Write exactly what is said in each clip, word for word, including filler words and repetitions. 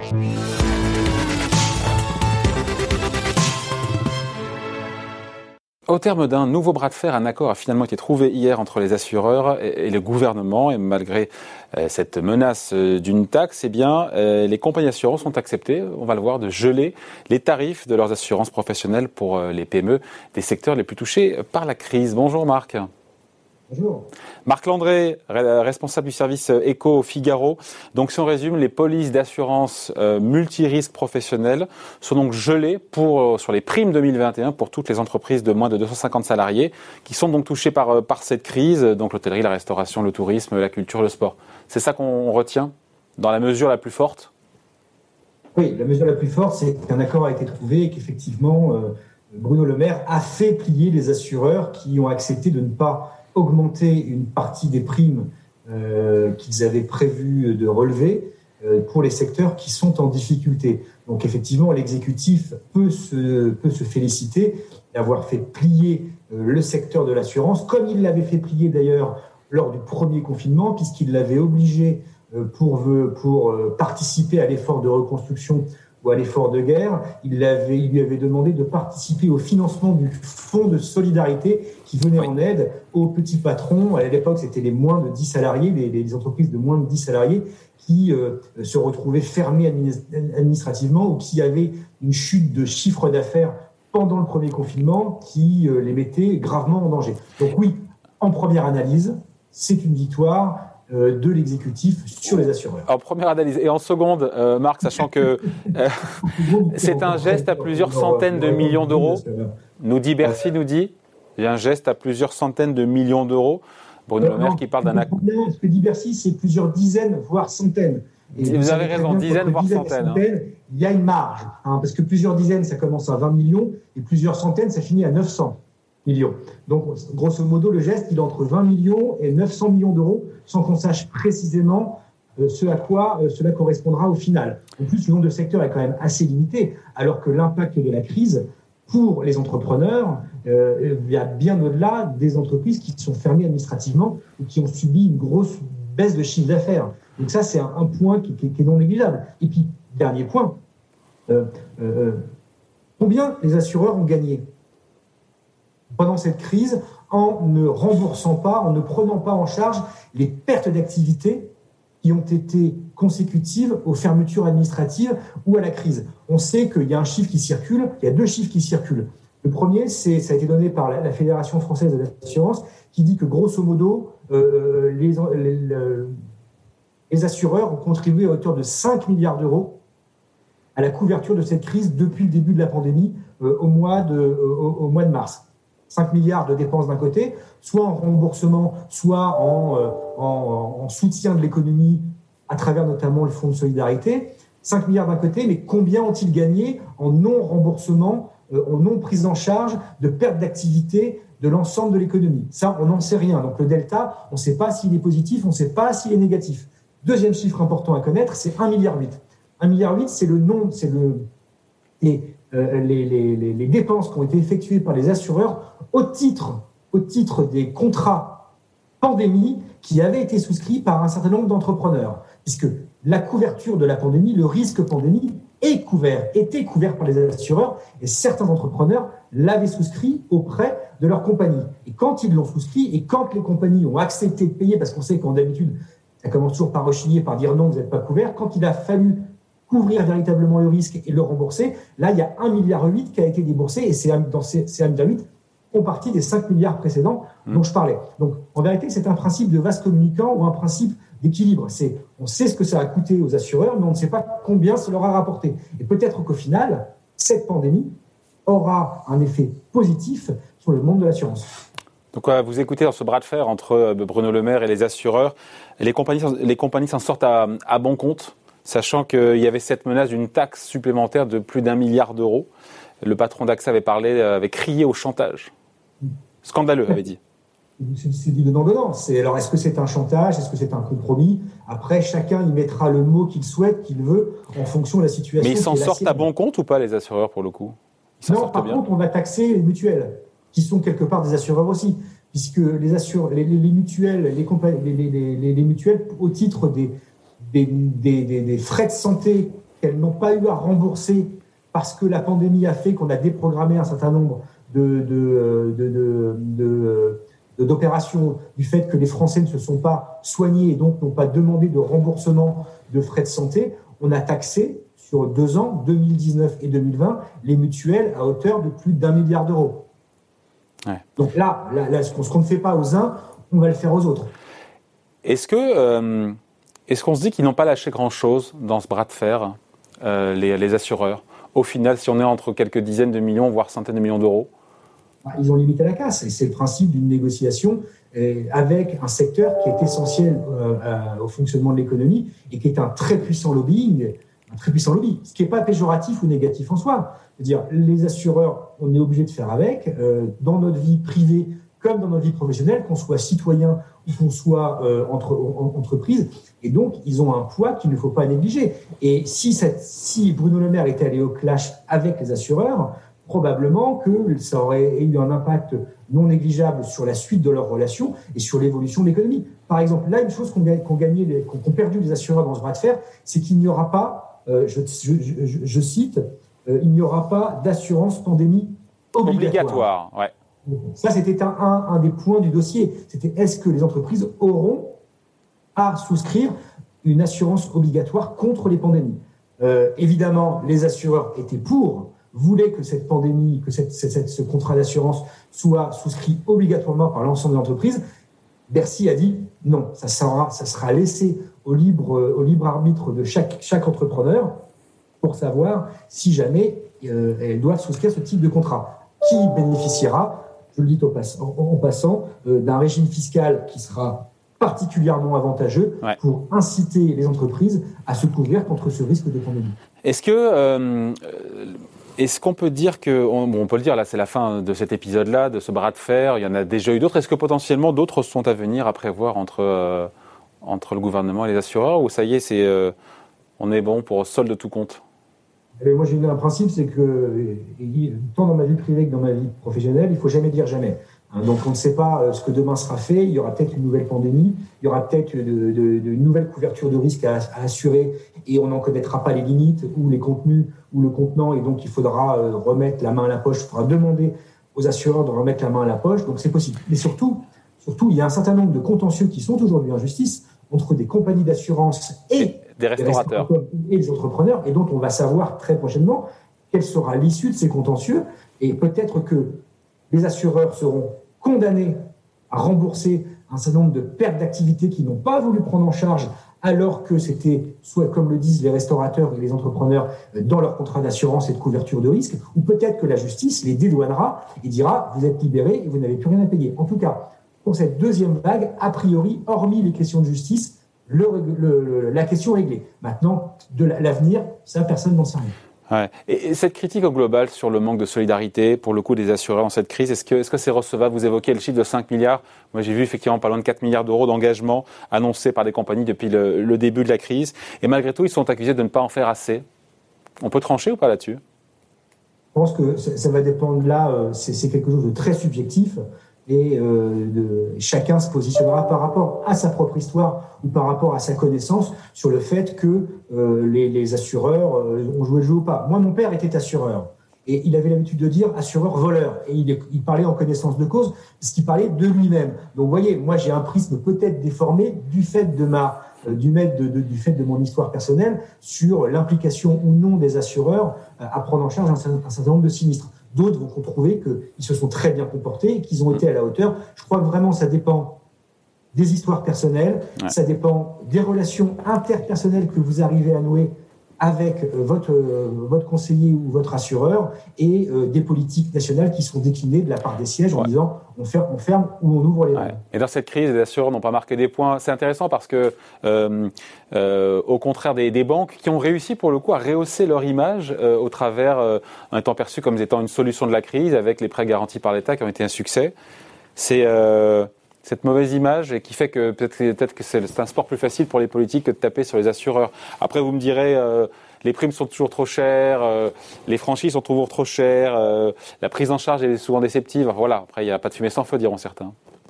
Au terme d'un nouveau bras de fer, un accord a finalement été trouvé hier entre les assureurs et, et le gouvernement. Et malgré euh, cette menace euh, d'une taxe, eh bien, euh, les compagnies d'assurance ont accepté, on va le voir, de geler les tarifs de leurs assurances professionnelles pour euh, les P M E des secteurs les plus touchés par la crise. Bonjour Marc. Bonjour. Marc Landré, responsable du service Éco au Figaro. Donc si on résume, les polices d'assurance euh, multirisques professionnels sont donc gelées pour, euh, sur les primes deux mille vingt et un pour toutes les entreprises de moins de deux cent cinquante salariés qui sont donc touchées par, euh, par cette crise, donc l'hôtellerie, la restauration, le tourisme, la culture, le sport. C'est ça qu'on retient dans la mesure la plus forte ? Oui, la mesure la plus forte, c'est qu'un accord a été trouvé et qu'effectivement, euh, Bruno Le Maire a fait plier les assureurs qui ont accepté de ne pas augmenter une partie des primes euh, qu'ils avaient prévu de relever euh, pour les secteurs qui sont en difficulté. Donc effectivement, l'exécutif peut se, peut se féliciter d'avoir fait plier euh, le secteur de l'assurance, comme il l'avait fait plier d'ailleurs lors du premier confinement, puisqu'il l'avait obligé euh, pour, pour euh, participer à l'effort de reconstruction ou à l'effort de guerre, il, avait, il lui avait demandé de participer au financement du fonds de solidarité qui venait oui. en aide aux petits patrons. À l'époque, c'était les moins de dix salariés, les, les entreprises de moins de dix salariés qui euh, se retrouvaient fermées administrativement ou qui avaient une chute de chiffre d'affaires pendant le premier confinement qui euh, les mettait gravement en danger. Donc oui, en première analyse, c'est une victoire de l'exécutif sur les assureurs. En première analyse. Et en seconde, euh, Marc, sachant que euh, c'est un geste à plusieurs centaines de millions d'euros, nous dit Bercy, nous dit, il y a un geste à plusieurs centaines de millions d'euros. Bruno Le Maire qui parle d'un accord. Ce que dit Bercy, c'est plusieurs dizaines, voire centaines. Et vous avez raison, dizaines, voire dizaines centaines. centaines Hein. Il y a une marge, hein, parce que plusieurs dizaines, ça commence à vingt millions, et plusieurs centaines, ça finit à neuf cents millions. Donc, grosso modo, le geste, il est entre vingt millions et neuf cents millions d'euros, sans qu'on sache précisément euh, ce à quoi euh, cela correspondra au final. En plus, le nombre de secteurs est quand même assez limité, alors que l'impact de la crise, pour les entrepreneurs, euh, il y a bien au-delà des entreprises qui sont fermées administrativement ou qui ont subi une grosse baisse de chiffre d'affaires. Donc ça, c'est un, un point qui, qui, qui est non négligeable. Et puis, dernier point, euh, euh, combien les assureurs ont gagné pendant cette crise en ne remboursant pas, en ne prenant pas en charge les pertes d'activité qui ont été consécutives aux fermetures administratives ou à la crise. On sait qu'il y a un chiffre qui circule, il y a deux chiffres qui circulent. Le premier, c'est, ça a été donné par la, la Fédération française de l'assurance, qui dit que grosso modo, euh, les, les, les assureurs ont contribué à hauteur de cinq milliards d'euros à la couverture de cette crise depuis le début de la pandémie euh, au, mois de, euh, au, au mois de mars. cinq milliards de dépenses d'un côté, soit en remboursement, soit en, euh, en, en soutien de l'économie à travers notamment le fonds de solidarité. cinq milliards d'un côté, mais combien ont-ils gagné en non-remboursement, euh, en non-prise en charge de perte d'activité de l'ensemble de l'économie? Ça, on n'en sait rien. Donc le delta, on ne sait pas s'il est positif, on ne sait pas s'il est négatif. Deuxième chiffre important à connaître, c'est un virgule huit milliard. un virgule huit milliard, c'est le nom, c'est le... Et, euh, les, les, les dépenses qui ont été effectuées par les assureurs au titre, au titre des contrats pandémie qui avaient été souscrits par un certain nombre d'entrepreneurs. Puisque la couverture de la pandémie, le risque pandémie est couvert, était couvert par les assureurs et certains entrepreneurs l'avaient souscrit auprès de leur compagnie. Et quand ils l'ont souscrit et quand les compagnies ont accepté de payer, parce qu'on sait qu'en d'habitude, ça commence toujours par rechigner, par dire non, vous n'êtes pas couvert, quand il a fallu couvrir véritablement le risque et le rembourser, là, il y a un virgule huit milliard qui a été déboursé et c'est dans ces, ces un virgule huit font partie des cinq milliards précédents dont je parlais. Donc, en vérité, c'est un principe de vase communicant ou un principe d'équilibre. C'est, on sait ce que ça a coûté aux assureurs, mais on ne sait pas combien ça leur a rapporté. Et peut-être qu'au final, cette pandémie aura un effet positif sur le monde de l'assurance. Donc, vous écoutez dans ce bras de fer entre Bruno Le Maire et les assureurs. Les compagnies, les compagnies s'en sortent à, à bon compte, sachant qu'il y avait cette menace d'une taxe supplémentaire de plus d'un milliard d'euros. Le patron d'Axa avait parlé, avait crié au chantage. Scandaleux, avait dit. C'est, c'est dit dedans-dedans. C'est, alors, est-ce que c'est un chantage? Est-ce que c'est un compromis? Après, chacun y mettra le mot qu'il souhaite, qu'il veut, en fonction de la situation. Mais ils s'en sortent à bon compte ou pas, les assureurs, pour le coup? Non, par bien. contre, on va taxer les mutuelles, qui sont quelque part des assureurs aussi, puisque les, assure, les, les, les mutuelles, les, compagnies, les, les, les, les mutuelles, au titre des, des, des, des, des frais de santé qu'elles n'ont pas eu à rembourser parce que la pandémie a fait qu'on a déprogrammé un certain nombre de, de, de, de, de, de, d'opérations, du fait que les Français ne se sont pas soignés et donc n'ont pas demandé de remboursement de frais de santé, on a taxé sur deux ans, deux mille dix-neuf et deux mille vingt, les mutuelles à hauteur de plus d'un milliard d'euros. Ouais. Donc là, là, là ce, qu'on, ce qu'on ne fait pas aux uns, on va le faire aux autres. Est-ce que, euh, est-ce qu'on se dit qu'ils n'ont pas lâché grand-chose dans ce bras de fer, euh, les, les assureurs ? Au final, si on est entre quelques dizaines de millions, voire centaines de millions d'euros, ils ont limité la casse. Et c'est le principe d'une négociation euh, avec un secteur qui est essentiel euh, à, au fonctionnement de l'économie et qui est un très puissant lobbying, un très puissant lobby, ce qui n'est pas péjoratif ou négatif en soi. C'est-à-dire, les assureurs, on est obligé de faire avec, euh, dans notre vie privée comme dans notre vie professionnelle, qu'on soit citoyen ou qu'on soit euh, entre, en, entreprise. Et donc, ils ont un poids qu'il ne faut pas négliger. Et si, cette, si Bruno Le Maire était allé au clash avec les assureurs, probablement que ça aurait eu un impact non négligeable sur la suite de leurs relations et sur l'évolution de l'économie. Par exemple, là, une chose qu'ont, qu'ont, gagné les, qu'ont perdu les assureurs dans ce bras de fer, c'est qu'il n'y aura pas, euh, je, je, je, je cite, euh, il n'y aura pas d'assurance pandémie obligatoire. Obligatoire, ouais. Ça, c'était un, un, un des points du dossier. C'était est-ce que les entreprises auront à souscrire une assurance obligatoire contre les pandémies. Euh, évidemment, les assureurs étaient pour, voulaient que cette pandémie, que cette, cette, cette, ce contrat d'assurance soit souscrit obligatoirement par l'ensemble des entreprises. Bercy a dit non, ça sera, ça sera laissé au libre, au libre arbitre de chaque, chaque entrepreneur pour savoir si jamais euh, elles doivent souscrire ce type de contrat. Qui bénéficiera, je le dis au pass- en, en passant, euh, d'un régime fiscal qui sera particulièrement avantageux ouais. pour inciter les entreprises à se couvrir contre ce risque de pandémie. Est-ce que euh, est-ce qu'on peut dire que on, bon, on peut le dire là, c'est la fin de cet épisode-là, de ce bras de fer. Il y en a déjà eu d'autres. Est-ce que potentiellement d'autres sont à venir à prévoir entre euh, entre le gouvernement et les assureurs, ou ça y est, c'est euh, on est bon pour solde de tout compte? Et moi, j'ai un principe, c'est que tant dans ma vie privée que dans ma vie professionnelle, il faut jamais dire jamais. Donc, on ne sait pas ce que demain sera fait. Il y aura peut-être une nouvelle pandémie. Il y aura peut-être de, de, de nouvelles couvertures de risque à, à assurer et on n'en connaîtra pas les limites ou les contenus ou le contenant. Et donc, il faudra remettre la main à la poche. Il faudra demander aux assureurs de remettre la main à la poche. Donc, c'est possible. Mais surtout, surtout, il y a un certain nombre de contentieux qui sont aujourd'hui en justice entre des compagnies d'assurance et des restaurateurs et les entrepreneurs, et dont on va savoir très prochainement quelle sera l'issue de ces contentieux. Et peut-être que les assureurs seront condamnés à rembourser un certain nombre de pertes d'activité qu'ils n'ont pas voulu prendre en charge, alors que c'était, soit comme le disent les restaurateurs et les entrepreneurs, dans leur contrat d'assurance et de couverture de risque, ou peut-être que la justice les dédouanera et dira « vous êtes libérés et vous n'avez plus rien à payer ». En tout cas, pour cette deuxième vague, a priori, hormis les questions de justice, le, le, le, la question est réglée. Maintenant, de l'avenir, ça, personne n'en sait rien. Ouais. Et, et cette critique au global sur le manque de solidarité, pour le coup des assureurs dans cette crise, est-ce que, est-ce que c'est recevable? Vous évoquez le chiffre de cinq milliards. Moi, j'ai vu effectivement pas loin de quatre milliards d'euros d'engagement annoncés par des compagnies depuis le, le début de la crise. Et malgré tout, ils sont accusés de ne pas en faire assez. On peut trancher ou pas là-dessus? Je pense que ça, ça va dépendre là. Euh, c'est, c'est quelque chose de très subjectif. Et euh, de, chacun se positionnera par rapport à sa propre histoire ou par rapport à sa connaissance sur le fait que euh, les, les assureurs euh, ont joué le jeu ou pas. Moi, mon père était assureur et il avait l'habitude de dire assureur-voleur. Et il, il parlait en connaissance de cause parce qu'il parlait de lui-même. Donc, vous voyez, moi, j'ai un prisme peut-être déformé du fait de ma, euh, du, de, de, du fait de mon histoire personnelle sur l'implication ou non des assureurs euh, à prendre en charge un, un certain nombre de sinistres. D'autres vont trouver qu'ils se sont très bien comportés et qu'ils ont été à la hauteur. Je crois que vraiment, ça dépend des histoires personnelles, ouais. ça dépend des relations interpersonnelles que vous arrivez à nouer avec euh, votre, euh, votre conseiller ou votre assureur et euh, des politiques nationales qui sont déclinées de la part des sièges en ouais. disant on ferme, on ferme ou on ouvre les ouais. Et dans cette crise, les assureurs n'ont pas marqué des points. C'est intéressant parce que, euh, euh, au contraire des, des banques qui ont réussi pour le coup à rehausser leur image euh, au travers, euh, en étant perçues comme étant une solution de la crise avec les prêts garantis par l'État qui ont été un succès, c'est euh, cette mauvaise image et qui fait que peut-être, peut-être que c'est, c'est un sport plus facile pour les politiques que de taper sur les assureurs. Après, vous me direz, euh, les primes sont toujours trop chères, euh, les franchises sont toujours trop chères, euh, la prise en charge est souvent déceptive. Voilà. Après, il n'y a pas de fumée sans feu, diront certains.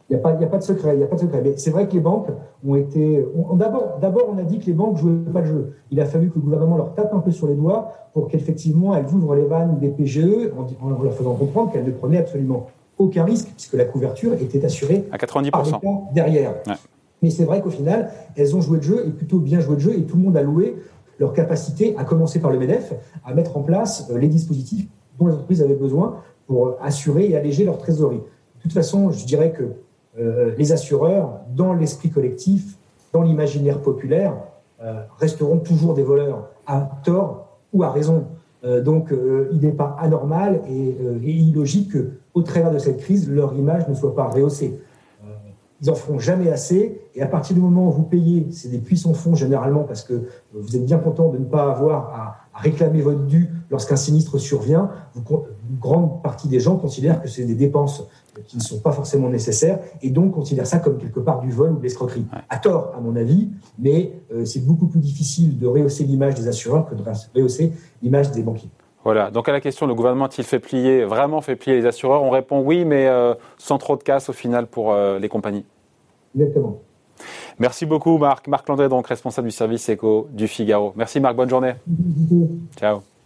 Il n'y a, a pas de secret, il n'y a pas de secret. Mais c'est vrai que les banques ont été... On, d'abord, d'abord, on a dit que les banques ne jouaient pas le jeu. Il a fallu que le gouvernement leur tape un peu sur les doigts pour qu'effectivement, elles ouvrent les vannes des P G E en, en leur faisant comprendre qu'elles ne prenaient absolument aucun risque, puisque la couverture était assurée à quatre-vingt-dix pour cent par l'État derrière. Ouais. Mais c'est vrai qu'au final, elles ont joué le jeu, et plutôt bien joué le jeu, et tout le monde a loué leur capacité, à commencer par le MEDEF, à mettre en place les dispositifs dont les entreprises avaient besoin pour assurer et alléger leur trésorerie. De toute façon, je dirais que Euh, les assureurs, dans l'esprit collectif, dans l'imaginaire populaire, euh, resteront toujours des voleurs, à tort ou à raison. Euh, donc, euh, il n'est pas anormal et, euh, et illogique qu'au travers de cette crise, leur image ne soit pas rehaussée. Euh, ils n'en feront jamais assez, et à partir du moment où vous payez, c'est des puissants fonds généralement, parce que vous êtes bien content de ne pas avoir à, à réclamer votre dû lorsqu'un sinistre survient, vous, une grande partie des gens considèrent que c'est des dépenses qui ne sont pas forcément nécessaires, et donc considèrent ça comme quelque part du vol ou de l'escroquerie. Ouais. À tort, à mon avis, mais euh, c'est beaucoup plus difficile de rehausser l'image des assureurs que de rehausser l'image des banquiers. Voilà, donc à la question, le gouvernement a-t-il fait plier, vraiment fait plier les assureurs? On répond oui, mais euh, sans trop de casse au final pour euh, les compagnies. Exactement. Merci beaucoup Marc. Marc Landré, donc responsable du service éco du Figaro. Merci Marc, bonne journée. Merci. Ciao.